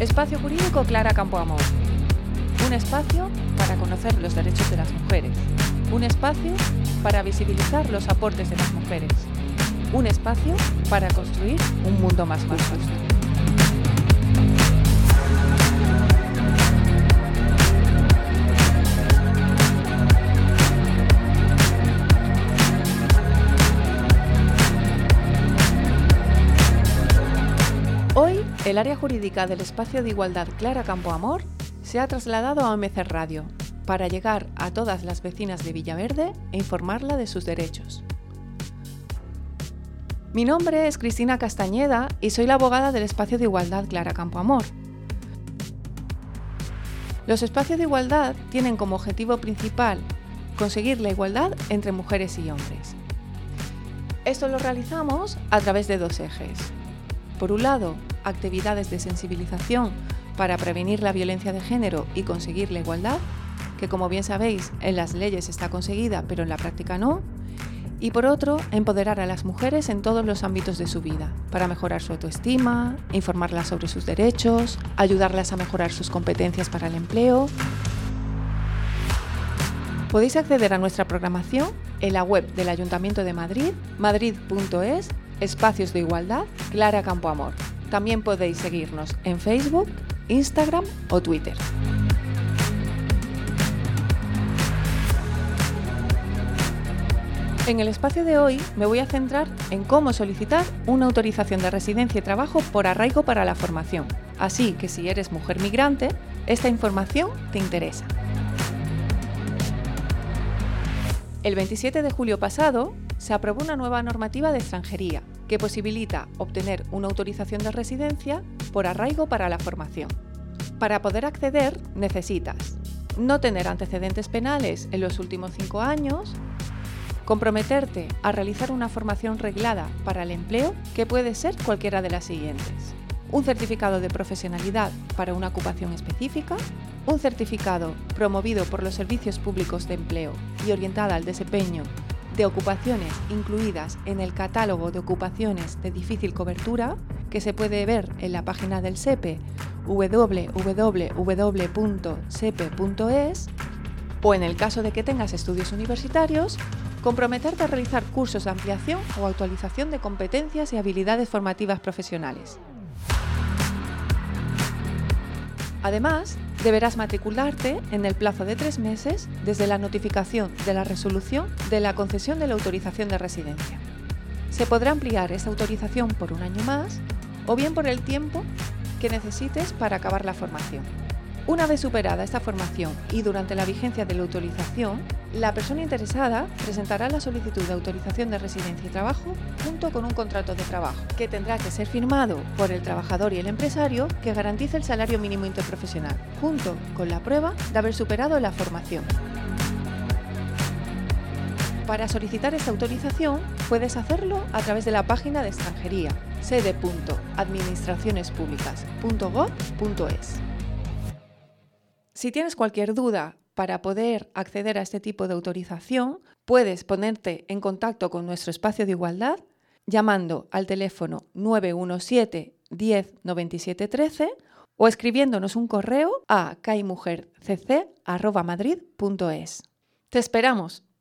Espacio Jurídico Clara Campoamor. Un espacio para conocer los derechos de las mujeres. Un espacio para visibilizar los aportes de las mujeres. Un espacio para construir un mundo más justo. Hoy, el área jurídica del Espacio de Igualdad Clara Campoamor se ha trasladado a OMC Radio para llegar a todas las vecinas de Villaverde e informarla de sus derechos. Mi nombre es Cristina Castañeda y soy la abogada del Espacio de Igualdad Clara Campoamor. Los espacios de igualdad tienen como objetivo principal conseguir la igualdad entre mujeres y hombres. Esto lo realizamos a través de dos ejes. Por un lado, actividades de sensibilización para prevenir la violencia de género y conseguir la igualdad, que como bien sabéis, en las leyes está conseguida, pero en la práctica no. Y por otro, empoderar a las mujeres en todos los ámbitos de su vida, para mejorar su autoestima, informarlas sobre sus derechos, ayudarlas a mejorar sus competencias para el empleo. Podéis acceder a nuestra programación en la web del Ayuntamiento de Madrid, madrid.es, Espacios de Igualdad, Clara Campoamor. También podéis seguirnos en Facebook, Instagram o Twitter. En el espacio de hoy me voy a centrar en cómo solicitar una autorización de residencia y trabajo por arraigo para la formación. Así que si eres mujer migrante, esta información te interesa. El 27 de julio pasado se aprobó una nueva normativa de extranjería que posibilita obtener una autorización de residencia por arraigo para la formación. Para poder acceder necesitas no tener antecedentes penales en los últimos 5 años, comprometerte a realizar una formación reglada para el empleo, que puede ser cualquiera de las siguientes: un certificado de profesionalidad para una ocupación específica, un certificado promovido por los servicios públicos de empleo y orientada al desempeño de ocupaciones incluidas en el catálogo de ocupaciones de difícil cobertura, que se puede ver en la página del SEPE www.sepe.es, o en el caso de que tengas estudios universitarios, comprometerte a realizar cursos de ampliación o actualización de competencias y habilidades formativas profesionales. Además, deberás matricularte en el plazo de 3 meses desde la notificación de la resolución de la concesión de la autorización de residencia. Se podrá ampliar esta autorización por 1 año más o bien por el tiempo que necesites para acabar la formación. Una vez superada esta formación y durante la vigencia de la autorización, la persona interesada presentará la solicitud de autorización de residencia y trabajo junto con un contrato de trabajo, que tendrá que ser firmado por el trabajador y el empresario, que garantice el salario mínimo interprofesional, junto con la prueba de haber superado la formación. Para solicitar esta autorización, puedes hacerlo a través de la página de extranjería, sede.administracionespublicas.gov.es. Si tienes cualquier duda para poder acceder a este tipo de autorización, puedes ponerte en contacto con nuestro espacio de igualdad llamando al teléfono 917 10 97 13 o escribiéndonos un correo a caimujercc@madrid.es. ¡Te esperamos!